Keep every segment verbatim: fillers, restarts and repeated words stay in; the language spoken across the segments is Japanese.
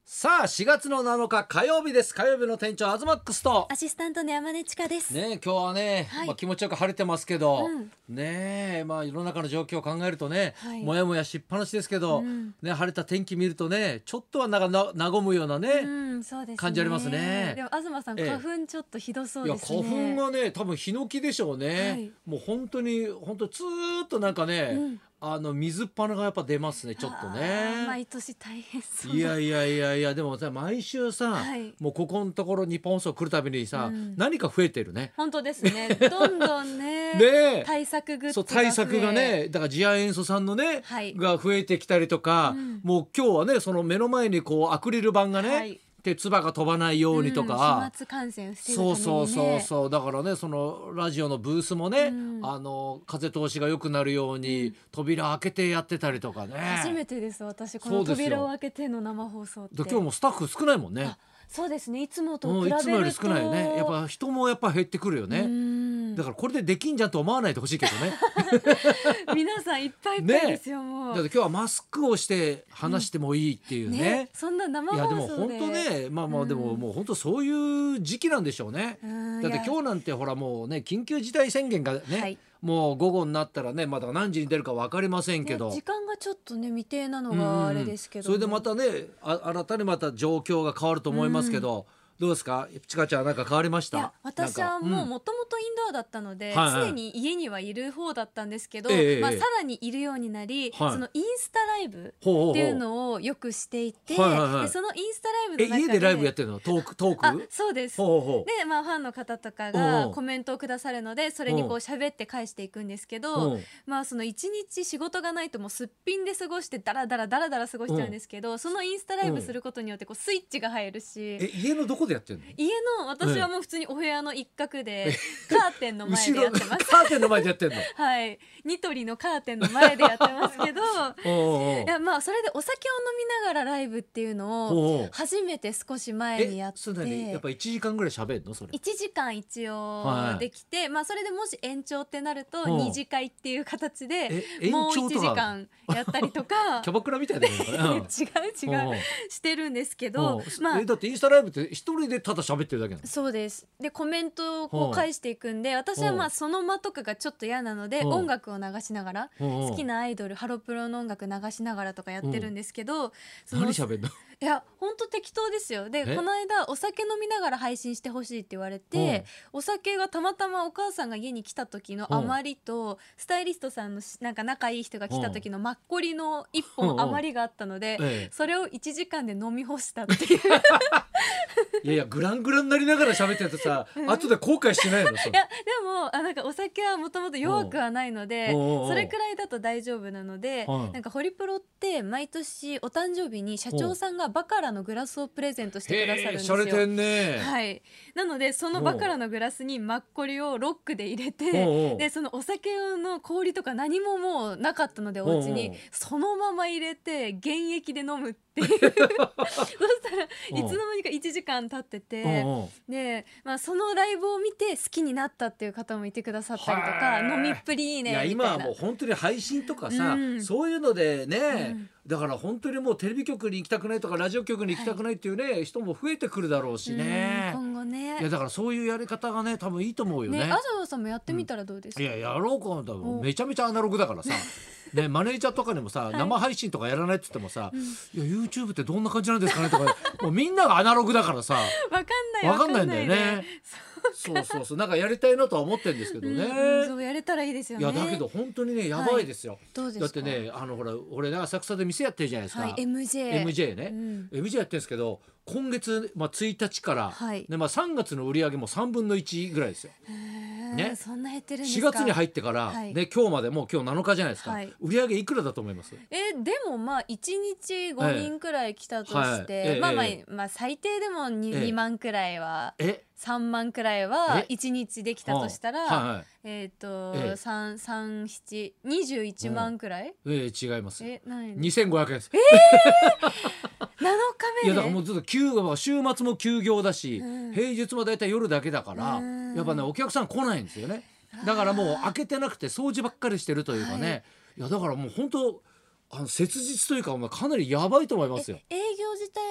さあしがつのなのか火曜日です。火曜日の店長アズマックスとアシスタントの山根千佳ですね、今日はね、 はいまあ、気持ちよく晴れてますけど、 うんねえ、まあ世の中の状況を考えるとね、 はいもやもやしっぱなしですけど、 うんね、晴れた天気見るとねちょっとはなんかな和むようなね、 うんそうですね、 感じありますねでも東さん、 ええ花粉ちょっとひどそういやですね。 花粉がね多分ヒノキでしょうね、 はいもう本当に本当ずーっとなんかね、 うんあの水っ鼻がやっぱ出ますねちょっとあーね。 毎年大変そういやいやいやいやでもさ毎週さ、 はいもうここのところ日本放送来るたびにさ、 うん何か増えてるね。 本当ですね。どんどんねねえ対策グッズそうが増え対策がねだから次亜塩素酸のね、 はいが増えてきたりとか、 うんもう今日はねその目の前にこうアクリル板がね、 はいで唾が飛ばないようにとか、 うん飛沫感染を防ぐためにね。 そうそうそうそうだからねそのラジオのブースもね、 うんあの風通しが良くなるように、扉開けてやってたりとかね。 初めてです私このそうですよ扉を開けての生放送って。 で今日もスタッフ少ないもんね。 あそうですね、いつもとうん比べるといつもより少ないよね。やっぱ人もやっぱ減ってくるようね。 んだからこれでできんじゃんと思わないでほしいけどね。 皆さんいっぱいいっぱいですよ、もうだって今日はマスクをして話してもいいっていうね。 ねそんな生いやで放送でも本当ねまあまあでももう本当そういう時期なんでしょうね。 うんだっていや今日なんてほらもうね緊急事態宣言がね、 はいもう午後になったらねまだ何時に出るか分かりませんけど、 ね時間がちょっとね未定なのうんうんうんがあれですけども、 それでまたねあ新たにまた状況が変わると思いますけど、どうですかちかちゃんなんか変わりました？ いや私はもうなんかもともとインドアだったので、 はいはい常に家にはいる方だったんですけど、 ええええまあ、さらにいるようになり、 はいそのインスタライブほうほうほうっていうのをよくしていて、 はいはいはいでそのインスタライブえの中で家でライブやってるのトークトークあそうです。 ほうほうほうでまあ、ファンの方とかうんがうんコメントをくださるのでそれにこう喋って返していくんですけうど、 んまあその一日仕事がないともうすっぴんで過ごしてダラダラダラダラ過ごしちゃうんですけど、そのインスタライブすることによってこうスイッチが入るし、 え家のどこでやってるの？ 家の私はもう普通にお部屋の一角でカーテンの前でやってますカーテンの前でやってんの？ はいニトリのカーテンの前でやってますけどおうおうおういやまあそれでお酒を飲みながらライブっていうのほうほうを初めて少し前にやってえそうだねやっぱいちじかんぐらい喋るのそれ？ いちじかん一はい応できて、まあそれでもし延長ってなるとうんに次会っていう形でえもう1 延長とか時間やったりとかキャバクラみたいだね違う違うしてるんですけど、まあえだってインスタライブって一人でただ喋ってるだけなの？ そうですでコメントをこうんう返していくんで私はまうんあその間とかがちょっと嫌なのでうん音楽を流しながら好好きなアイドルハロプロの音楽流しながらとかやってるんですけど、その何喋るの？ いやほんと適当ですよ。でえこの間お酒飲みながら配信してほしいって言われて、お酒がたまたまお母さんが家に来た時の余りとスタイリストさんのしなんか仲いい人が来た時のマッコリのいっぽん余りがあったので、 ええそれをいちじかんで飲み干したっていういやいやグラングランになりながら喋ってるとさ後で後悔しないのそれ？ いやでもあなんかお酒はもともと弱くはないのでうんうんうんそれくらいだと大丈夫なので、 はいなんかホリプロって毎年お誕生日に社長さんがバカラのグラスをプレゼントしてくださるんですよ。 へえしゃれてんね。 はい、なのでそのバカラのグラスにマッコリをロックで入れおうおてうでそのお酒の氷とか何ももうなかったのでお家おうおにうそのまま入れて原液で飲むっていうそしたらいつの間にかいちじかん経っててうんうんで、まあ、そのライブを見て好きになったっていう方もいてくださったりとかへー飲みっぷりいいねみたいな。 いや今はもう本当に配信とかさ、 うんそういうのでね、 うんだから本当にもうテレビ局に行きたくないとかラジオ局に行きたくないっていうね、人も増えてくるだろうしねうん、今後ねいやだからそういうやり方がね多分いいと思うよね。 ね東さんもやってみたらどうですか？ いややろうかとおめちゃめちゃアナログだからさね、マネージャーとかにもさ、 い生配信とかやらないって言ってもさ、いや YouTube ってどんな感じなんですかねとかもうみんながアナログだからさわかんないわかんないんだよねわかんないそうそうそうなんかやりたいなとは思ってるんですけどね、 うんうんそうやれたらいいですよね。 いやだけど本当にねやばいですよ、 どうですか？ だってねあのほら俺ね浅草で店やってるじゃないですか、 はい、エムジェーエムジェー ね、 うんエムジェー やってるんですけど今月、まあ、ついたちから、 はいねまあ、さんがつの売り上げもさんぶんのいちぐらいですよ。 へーねそんな減ってるんです 4 か？ 月に入ってから、 はいね、今日までもう今日なのかじゃないですか、 はい売り上げいくらだと思います？ えでもまあいちにちごにんくらい来たとして、 はいええまあまあ、 ええまあ最低でも に,、 ええにまんくらいはえさんまんくらいはえいちにちできたとしたら、 はいはいえっ、と、 ええ三三七二十一万くらい、 えー違いますえ何にせんごひゃくえんです、 なのかめでいやだからもうずっと休週末も休業だし、 うん平日もだいたい夜だけだから、 うんやっぱねお客さん来ないんですよね。だからもう開けてなくて掃除ばっかりしてるというかね、 はいい、やだからもう本当あの切実というかお前かなりやばいと思いますよ。 営業自体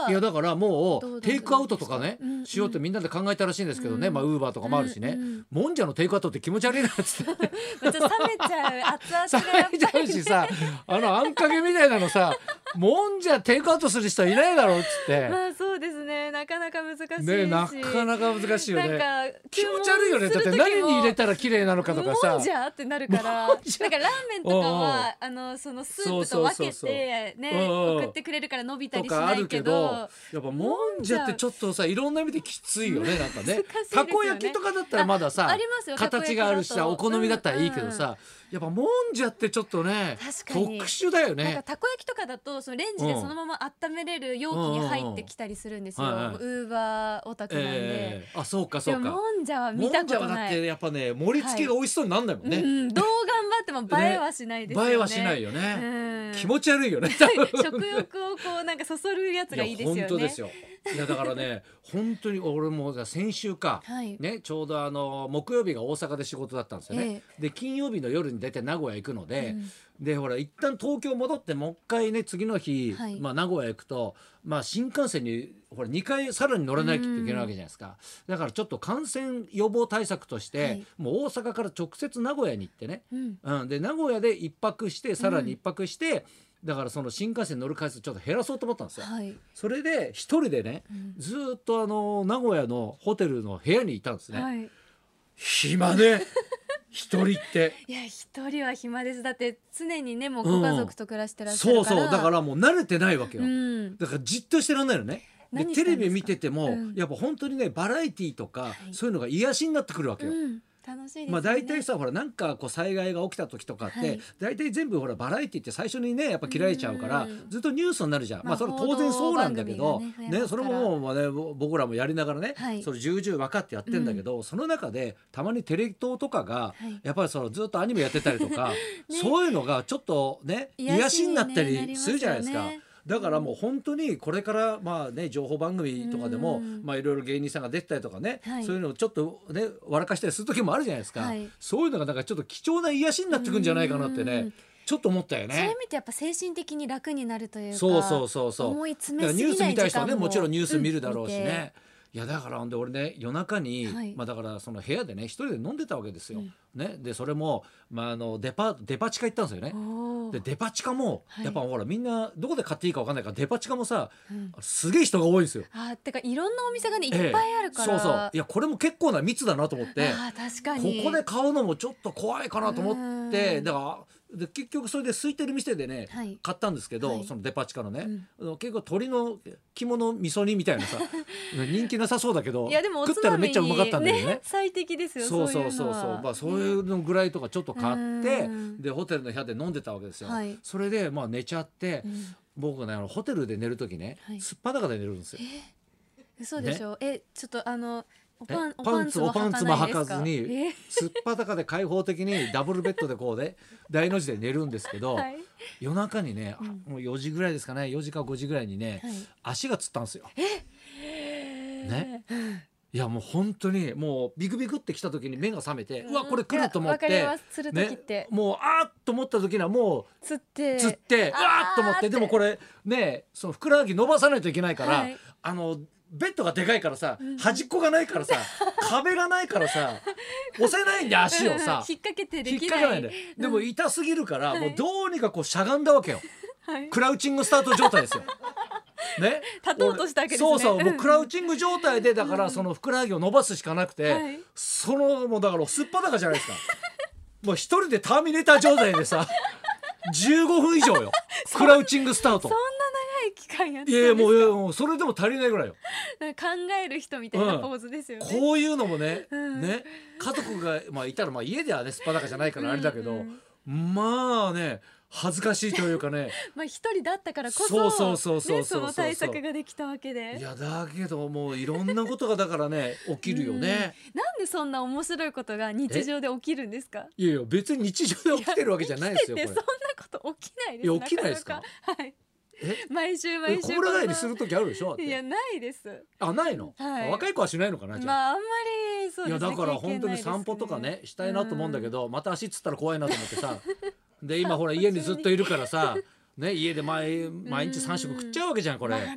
はいやだからもどううテイクアウトとかね、 うんうん、 しようってみんなで考えたらしいんですけどね、 うん、 まあウーバーとかもあるしね、 うんうん、 もんじゃのテイクアウトって気持ち悪いなっつってちょっと冷めちゃう熱々がやっ冷めちゃぱり、ね、 うしさ、あのあんかけみたいなのさもんじゃテイクアウトする人いないだろうっつってまあそうですね、なかなか難しいし、 ね、なかなか難しいよね。 なんか気持ち悪いよね。だって何に入れたら綺麗なのかとかさ、 もんじゃってなるから、なんかラーメンとかはあのそのスープと分けてね送ってくれるから伸びたりしないけど、 やっぱもんじゃってちょっとさいろんな意味できついよね、なんかね。たこ焼きとかだったらまださ、 ありますよ、 形があるしさ、お好みだったらいいけどさ、やっぱもんじゃってちょっとね特殊だよね。 なんかたこ焼きとかだとそのレンジでそのまま温めれる容器に入ってきたりするんですよ。ウーバーオタクなんで、 えー、あそうかそうか。 もんじゃは見たことない。 もんじゃはだってやっぱね盛り付けが美味しそうになんないもんね、 はい、うん、どう頑張っても映えはしないですよね。 映えはしないよね、 うん、 気持ち悪いよね食欲をこうなんかそそるやつがいいですよね。 いや本当ですよ。いやだからね本当に俺も先週か、 はい、 ね、ちょうどあの木曜日が大阪で仕事だったんですよね、ええ、で金曜日の夜に大体名古屋行くので、うん、でほら一旦東京戻ってもう一回ね次の日、はい、まあ、名古屋行くと、まあ、新幹線にほらにかいさらに乗らなきゃいけないわけじゃないですか。だからちょっと感染予防対策として、はい、もう大阪から直接名古屋に行ってね、うんうん、で名古屋で一泊してさらに一泊して、うん、だからその新幹線乗る回数ちょっと減らそうと思ったんですよ、はい、それで一人でね、うん、ずっとあの名古屋のホテルの部屋にいたんですね、はい、暇ね一人っていや一人は暇です。だって常にねもうご家族と暮らしてらっしゃるから、 うん、そうそうだからもう慣れてないわけよ、うん、だからじっとしてらんないのね。でテレビ見てても、うん、やっぱ本当にねバラエティーとか、はい、そういうのが癒しになってくるわけよ、うん、 楽しいですね。 まあ大体さほらなんかこう災害が起きた時とかって、はい、大体全部ほらバラエティって最初にねやっぱ切られちゃうからずっとニュースになるじゃん、まあ、まあそれ当然そうなんだけど、ねね、それももう、ね、僕らもやりながらね、はい、それ重々分かってやってんだけど、うん、その中でたまにテレ東とかが、はい、やっぱりそのずっとアニメやってたりとか、ね、そういうのがちょっとね癒しになったりするじゃないですか。だからもう本当にこれからまあね情報番組とかでもまあいろいろ芸人さんが出てたりとかね、はい、そういうのをちょっとね笑かしたりする時もあるじゃないですか、はい、そういうのがなんかちょっと貴重な癒しになってくんじゃないかなってねちょっと思ったよね。 それ見てやっぱ精神的に楽になるというか、 そうそうそうそう思い詰めすぎない時間もニュース見たい人はねもちろんニュース見るだろうしね、うん、いやだからで俺ね夜中に、はい、まあ、だからその部屋でね一人で飲んでたわけですよ、うんね、でそれも、まあ、あのデパデパ地下行ったんですよね。でデパ地下もやっぱほら、はい、みんなどこで買っていいか分かんないからデパ地下もさ、うん、すげえ人が多いんですよ。 あてかいろんなお店がねいっぱいあるから、 ええ、そうそういやこれも結構な密だなと思ってあ確かにここで買うのもちょっと怖いかなと思ってだからで結局それで空いてる店でね、はい、買ったんですけど、はい、そのデパ地下のね、うん、結構鶏の肝の味噌煮みたいなさ人気なさそうだけどいやでもお食ったらめっちゃうまかったんだよね。 ね最適ですよ。 そうそうそうそうまあそういうのぐらいとかちょっと買ってでホテルの部屋で飲んでたわけですよ、はい、それでまあ寝ちゃって、うん、僕ねあのホテルで寝る時ね、はい、すっぱだかで寝るんですよ。 え嘘でしょ、ね、えちょっとあのおパンパンツおパンツも履かずにすっぱだかで開放的にダブルベッドでこうね大の字で寝るんですけど、はい、夜中にね、うん、もうよじぐらいですかねよじかごじぐらいにね、はい、足がつったんですよ。 えねいやもう本当にもうビクビクってきた時に目が覚めて、うん、うわこれ来ると思って、ね、もうあーっと思った時にはもうつってつってうわーっと思ってでもこれねそのふくらはぎ伸ばさないといけないから、はい、あのベッドがでかいからさ、うん、端っこがないからさ壁がないからさ押せないんで足をさ引っ掛けてできない、 引っ掛けないんで、うん、でも痛すぎるから、はい、もうどうにかこうしゃがんだわけよ、はい、クラウチングスタート状態ですよね、 立とうとしたわけですね。 そうそうもうクラウチング状態でだからそのふくらはぎを伸ばすしかなくて、はい、そのもうだからすっぱだかじゃないですかもう一人でターミネーター状態でさじゅうごふん以上よクラウチングスタート。 そんな長い期間やってたんですか。 いやいやもういやもうそれでも足りないぐらいよ。 考える人みたいなポーズですよね、 うん、こういうのもね、うん、ね家族が、まあ、いたらまあ家ではねすっぱだかじゃないからあれだけど、うんうん、まあね恥ずかしいというかねまあ一人だったからこそそうそうそうそうねその対策ができたわけで。 いやだけどもういろんなことがだからね起きるよね。 なんでそんな面白いことが日常で起きるんですか。 いやいや別に日常で起きてるわけじゃないですよ。これそんなこと起きないです。 いや起きないですか。 はいえ毎週毎週小村帰りする時あるでしょ。 いやないです。 あないの、はい、若い子はしないのかな。じゃあ、 まああんまりそうですね。 いやだから本当に散歩とかねしたいなと思うんだけど、また足つったら怖いなと思ってさで今ほら家にずっといるからさね家で毎毎日さん食食っちゃうわけじゃんこれ、 まあね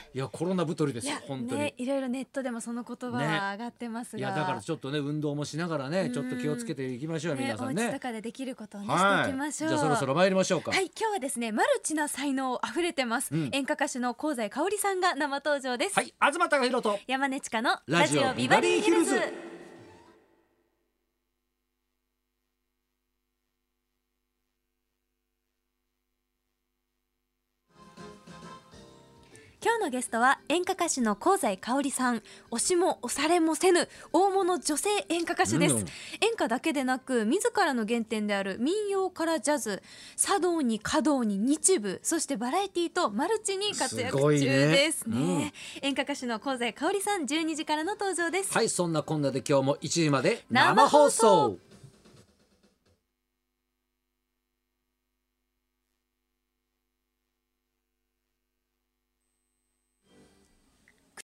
いやコロナ太りですよ本当に、 ね、いろいろネットでもその言葉は上がってますが、 ね、いやだからちょっとね運動もしながらねちょっと気をつけていきましょう、ね、皆さんね。 お家とかでできることをね、 はい、 していきましょう。 じゃあそろそろ参りましょうか。 はい、今日はですねマルチな才能あふれてます、うん、演歌歌手の香西かおりさんが生登場です。 はい、東貴博と山根千佳のラジオビバリーヒルズ。今日のゲストは演歌歌手の香西かおりさん。押しも押されもせぬ大物女性演歌歌手です、うん、演歌だけでなく自らの原点である民謡からジャズ、茶道に華道に日舞、そしてバラエティとマルチに活躍中ですね。ね、うん、演歌歌手の香西かおりさんじゅうにじからの登場です。 はい、そんなこんなで今日もいちじまで生放送。